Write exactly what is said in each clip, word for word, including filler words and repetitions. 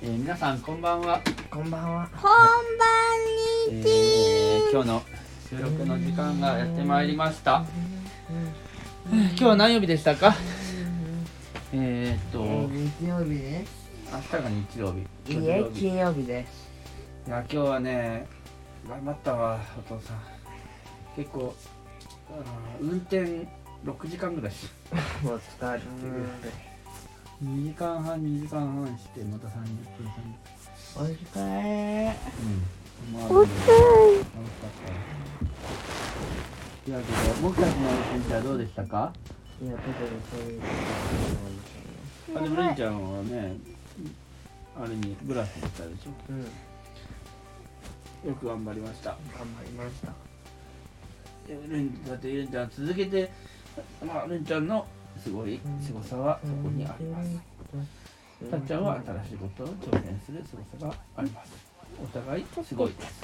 えー、皆さんこんばんは。 こんばんは。 こんばんにち、 えー、今日の収録の時間がやってまいりました。今日は何曜日でしたか？えー、っと、 えー、日曜日です。 明日が日曜日。 いえ、金曜日です。 いや、今日はね、頑張ったわ、お父さん。結構、あ運転ろくじかんぐらいしお疲れ。 にじかんはん、にじかんはんして、またさんじゅっぷん、さんじゅっぷん。 お疲れ。 うん。まあ、 お疲れ。 楽しかった。いやけど、僕たちの一日はどうでしたか？ いや、ペトルそういうあ、でもレンちゃんはね、あれにブラスにしたでしょ。 うん。 よく頑張りました。 頑張りました。 レンだってレンちゃん続けて、まあレンちゃんのすごい凄さはそこにあります。たっちゃんは新しいことを挑戦する凄さがあります。お互いすごいです。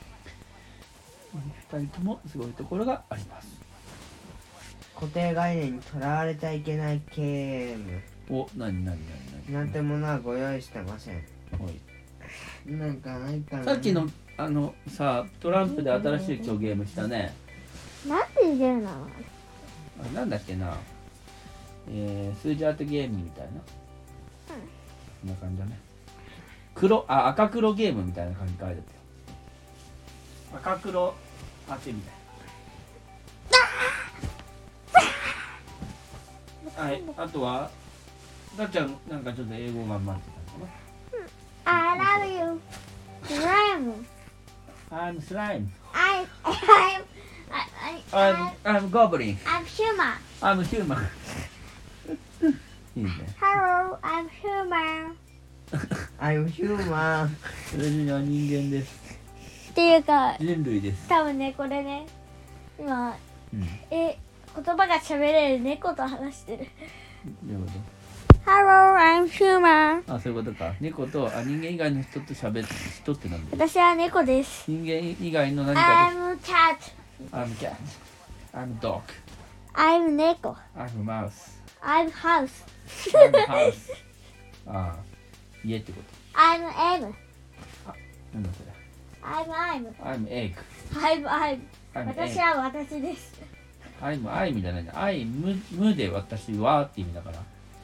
二人ともすごいところがあります。 固定概念にとらわれちゃいけないゲーム。 お、なになになになに。 なんてものはご用意してません。 はい。 なんかないかな。 さっきのあのさ、トランプで新しい今日ゲームしたね。 なんで出るの？ あ、なんだっけな。えー、数字当てゲームみたいな。こんな感じだね。黒、あ、赤黒ゲームみたいな感じで書いてたよ。赤黒当てみたいな。はい、あとは、だっちゃんなんかちょっと英語頑張ってたのかな。 I love you. Slime. I'm slime. I, I'm, I, I'm, I'm goblin. I'm human. I'm human. いいね。 Hello, I'm human. I'm human. 私は人間です。 っていうか、 人類です。 多分ね、これね、今、 うん。 え、言葉が喋れる猫と話してる。 どういうこ Hello, I'm human. と？あ、そういうことか。猫と、あ、人間以外の人と喋って、人ってなんだよ。 私は猫です。 人間以外の何か I'm cat. と。I'm cat. I'm dog. I'm 猫。 I'm mouse. I'm house. I'm house. ああ、家ってこと。 I'm M. なんだそれ。 I'm I'm. I'm egg. I'm I'm. I'm 私 egg. は私です。 I'm I みたいな。I 無無で私はって意味だから。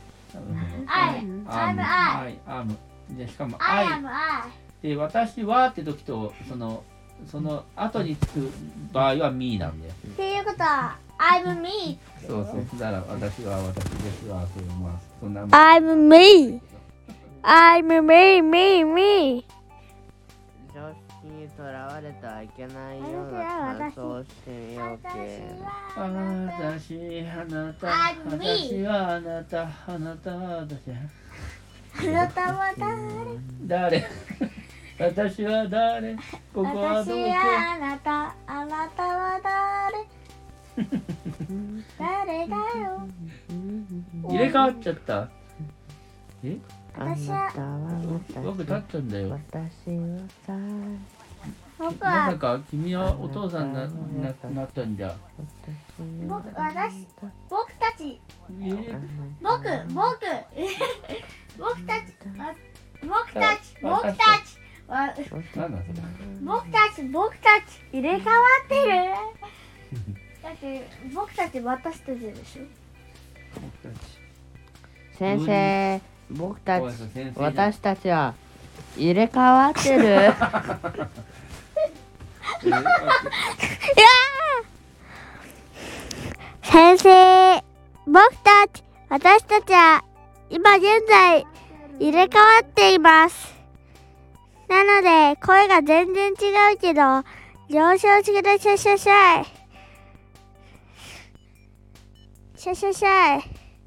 I. I'm I'm I. I. I'm でしかも I I am I. で私はって時とそのその後につく場合は me なんだよ。 っていうことは I'm me. そうそう。だから私は私ですわ。そうまあそんな。 I'm me. I'm me me me. 常識にとらわれてはいけないような感想をしてみようけ。 私あなた I'm me. 私はあなたあなたは私あなたは誰？ 誰私は誰ここはどこ私はあなたあなたは誰？誰だよ。 入れ替わっちゃった。え私は僕立ったんだよ。 私はさ僕まさはか君はお父さんな、な、なったんじゃ。 僕私僕たちえ僕僕僕たちあ僕たち僕たちわなんだそれ。 僕たち僕たち入れ替わってる。だって僕たち私たちでしょ。 僕たち先生、僕たちおい先生じゃん私たちは入れ替わってる。 えーあ先生、僕たち私たちは今現在入れ替わっています。なので声が全然違うけど了承してください。シャシャイシャシャシャイ。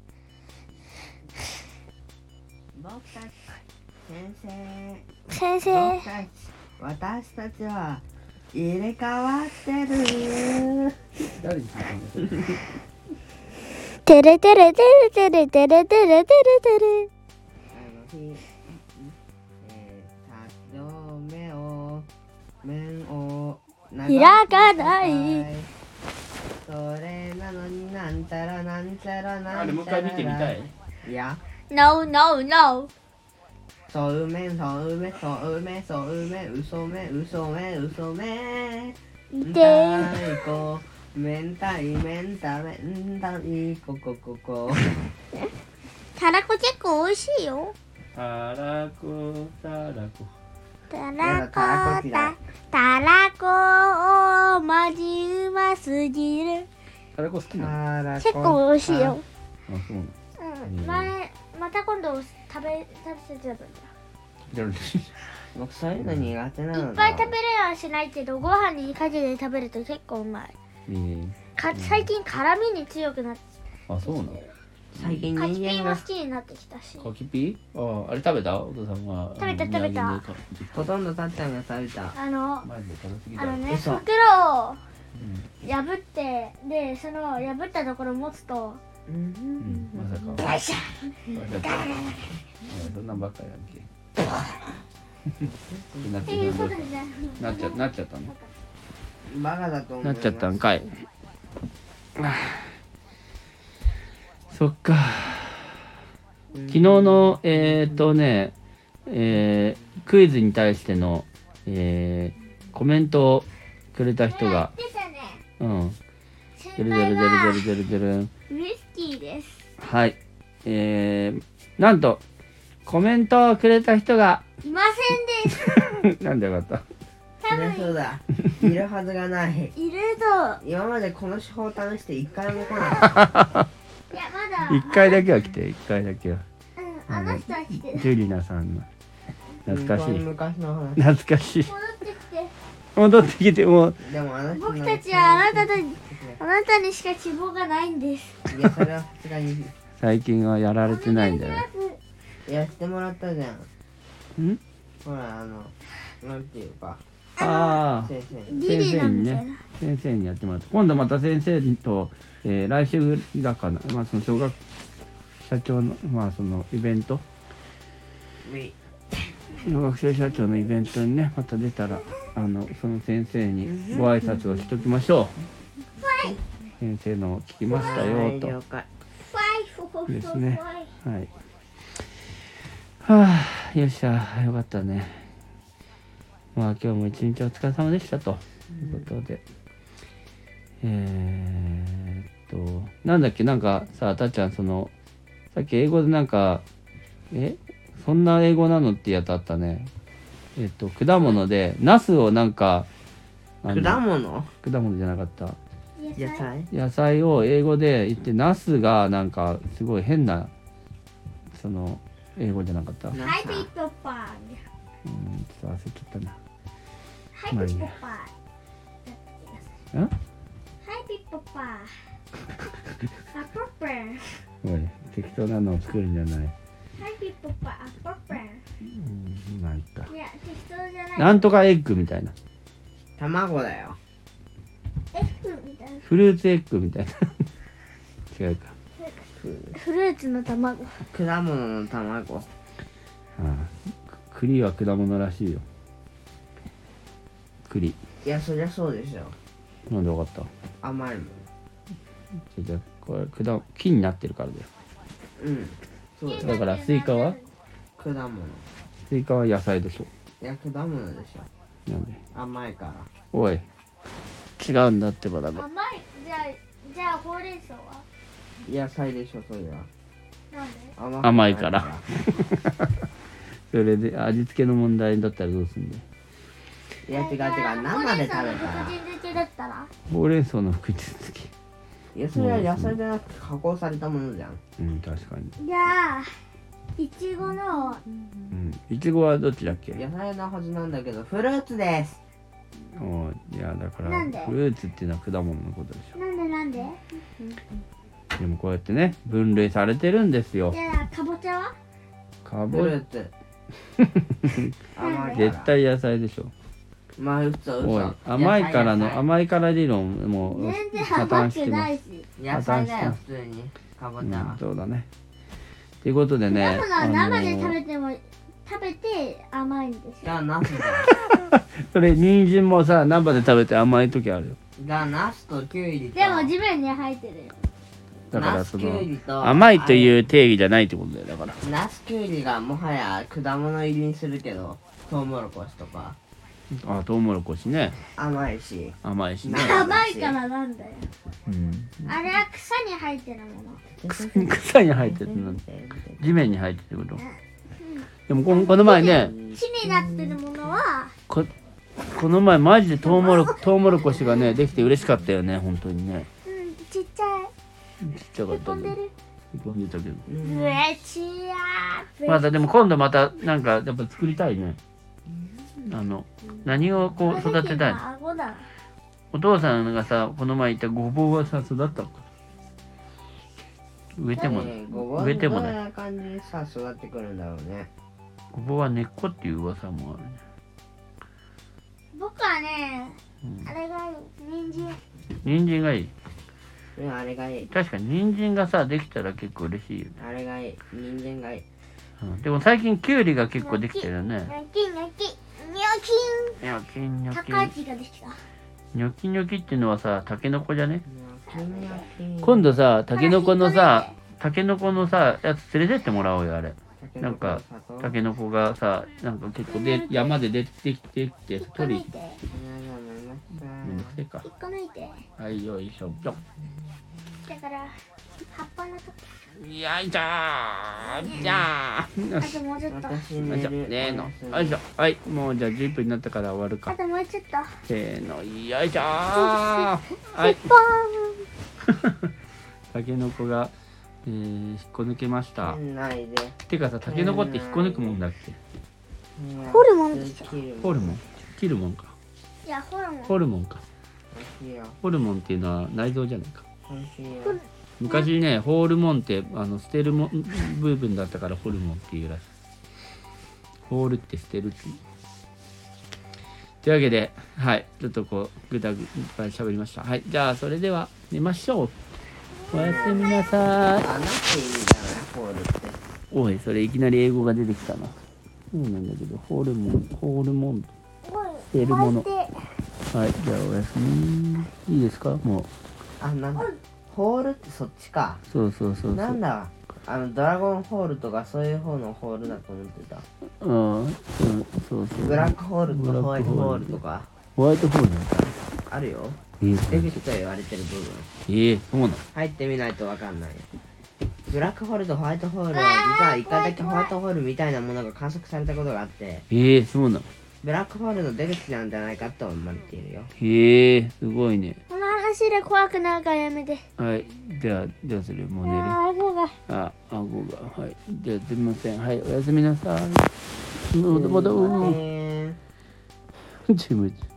僕たち先生先生僕たち私たちは入れ替わってる。 誰に聞いたんだよ。 テレテレテレテレテレテレテレテレ。 あの日、えー、たどめを面を開かない。 それなのになんちゃらなんちゃらなんちゃら。 あれもう一回見てみたい。 いや No no no そうめんそうめそうめそうめうそめうそめうそめで太鼓明太明太明太ここここたらこ結構美味しいよ。 たらこたらこたらこたたらこをまじうますぎる。 たらこ好きなの？ 結構美味しいよ。 あ、そうなの。 うん、前また今度食べ食べせちゃうじゃあ僕そういうの苦手なのいっぱい食べれはしないけど、ご飯にかけて食べると結構うまい。 えーか最近辛みに強くなってあ、そうなの。 最近カキピーも人間が好きになってきたし。 かきピー？ああ、あれ食べた？お父さんが。 食べたあの食べた土産で買ってきほとんどたっちゃんが食べたあのマジで食べ過ぎだよ。 あのね嘘袋をうん破ってでその破ったところを持つとううんん、まさか。 ガシャまさか。いやそんなんばっかりやんけ。なっっていうことちゃでねなっちゃなっちゃったの。 バカだと思いますなっちゃったんかい。そっか。昨日のえー、っとね、えー、クイズに対しての、えー、コメントをくれた人が、 でしたねうん、 先ゼルゼルゼル輩はゼルゼルゼル。 ウイスキーですはい。えー、なんと、コメントをくれた人が、 いませんですなんでよかっそりゃそうだいるはずがないいると今までこの手法試して一回も来なかっいやまだた。一回だけは来て、一回だけは。 うんあの人は来てるジュリナさんの。 た懐かしい。 昔の話懐かしい。 戻ってきて戻ってきて、もう、 でもあの人僕たちはあなたとあなたにしか希望がないんですいやそれはさすがに最近はやられてないんだよ。 やってもらったじゃんんほらあのなんていうかああ。 先生にリリーなんみたいな、 先生にやってもらって今度また先生と、えー来週だかな、まあ、その小学社長のまあそのイベントみ小学生社長のイベントにねまた出たらあのその先生にご挨拶をしときましょう。先生の聞きましたよと了解ファイフォフォですねファイはい。はあよっしゃよかったね。まあ今日も一日お疲れ様でしたということで、えー、っとなんだっけなんかさたっちゃんそのさっき英語でなんかえそんな英語なのってやつあったね。えっと果物でナスをなんかあの果物果物じゃなかった野菜野菜を英語で言ってナスがなんかすごい変なその英語じゃなかった。うんちょハイピッポパーっと忘れちゃったな。 ハイピッポパーんハイピッポパーアポッパーおい適当なのを作るんじゃない。 ハイピッポパーアポッパーうんなんかいや適当じゃないなんとかエッグみたいな卵だよ F みたいなフルーツエッグみたいな違うか。 フルーツの卵果物の卵ああ栗は果物らしいよ。栗いやそりゃそうでしょなんでわかった？ 甘いもんじゃあこれ果木になってるからだよ。 うんそうだよだからスイカは果物スイカは野菜でしょ。 いや果物でしょなんで甘いからおい違うんだってばだめ。 甘いじゃあじゃあほうれん草は野菜でしょそれはなんで甘く甘いからそれで味付けの問題だったらどうすんだよ。 いや違う違う生で食べたらほうれん草の福神漬けだったらほうれん草の福神漬け。 いやそれは野菜じゃなくて加工されたものじゃんうん確かに。 じゃあいちごのうんいちごはどっちだっけ？ 野菜のはずなんだけどフルーツですおいいやだからなんでフルーツっていうのは果物のことでしなんでなんでょ。でもこうやってね分類されてるんですよじ。ゃあかぼちゃはかぼフルーツ甘いから絶対野菜でしょ。 まあ嘘嘘おい甘いからの野菜甘いから理論もう全然破甘綻してます。 くないし野菜だよ普通にかぼちゃうんは、 そうだね。ということで果ね物は生で食あのべても食べて甘いんでしょじゃあナスだよそれ人参もさ生で食べて甘い時あるよ。 じゃあナスとキュウリとでも地面に生えてるよだからそナスキュウのリと甘いという定義じゃないってことだよ。だからナスキュウリがもはや果物入りにするけど、トウモロコシとかあトウモロコシね、 甘いし、 甘いしね。 甘いからなんだよ。 うんあれは草に生えてるもの。 草に生えてるの、地面に生えてること。でもこのこの前ね、 木になってるものはここの前マジでトウモロトウモロコシがねできて嬉しかったよね、本当にね。 うんちっちゃい。 ちっちゃかったけど、 飛んでる。 飛んでたけど。 うえちやー。 まだでも今度またなんかやっぱ作りたいね。あの何をこう育てたいの。 顎だ。 お父さんがさこの前言ったごぼうはさ育ったのか。植えてもねごぼう植えてもない。 どんな感じにさ育ってくるんだろうね。 ごぼうは根っこっていう噂もあるね。 僕はね、 うんあれがいい。人参。 人参がいい。 うんあれがいい。 確かに人参がさできたら結構嬉しいよね。 あれがいい。人参がいい。 うんでも最近キュウリが結構できてるよね。 ニョキニョキニョニョキニョキキン。高いができた。 ニョキニョキっていうのはさタケノコじゃね。 ニョキニョキ今度さタケノコのさタケノコのさやつ連れてってもらおうよあれ。なんかタケノコがさなんか結構で山で出てきてきて取り抜いて。 めんどくせえか。 一個抜いて。 はいよいしょよだから葉っぱのとこ。 っやいじゃーじゃあーともうちょっと。 私よいしょ寝る。 ねえのよいしょはいもうじゃあじゅっぷんになったから終わるかあともうちょっと。 せーのよいしょーはいポーン。 タケノコが、えー、引っこ抜けました店内でてかさタケノコって引っこ抜くもんだっけ。 ホルモンでしょ。 ホルモン切るもんか。 いやホルモン。 ホルモンか。 美味しいよ。 ホルモンっていうのは内臓じゃないか。 美味しいよ。 昔ねホルモンってあの捨てるも部分だったからホルモンっていうらしい。ホールって捨てるっていう。というわけではいちょっとこうぐだぐだ喋りました。はいじゃあそれでは寝ましょう。おやすみなさい。 あ、なんて意味だろうね、ホールって。 おいそれいきなり英語が出てきたな。そうなんだけどホルモンホルモン捨てるもの。はいじゃあおやすみ。いいですかもう。 あ、なんだ。ホールってそっちか。 そうそうそうそう。 なんだ。あの、ドラゴンホールとかそういう方のホールだと思ってた。 うん、うん、そうそう。 ブラックホールとホワイトホールとかホワイトホールなんだ。 あるよ。 えー、 出口と言われてる部分。 えー、そうなの。 入ってみないとわかんないよ。ブラックホールとホワイトホールは実は一回だけホワイトホールみたいなものが観測されたことがあって、 えー、そうなの。 ブラックホールの出口なんじゃないかと思われているよ。 へえ、すごいね。 この話で怖くなるからやめて。 はい、じゃあ、どうするもう寝る。 ああ、顎が。 あ、顎が。はい。じゃあ、すみません。はい、おやすみなさい。もどもど。 えーちむち。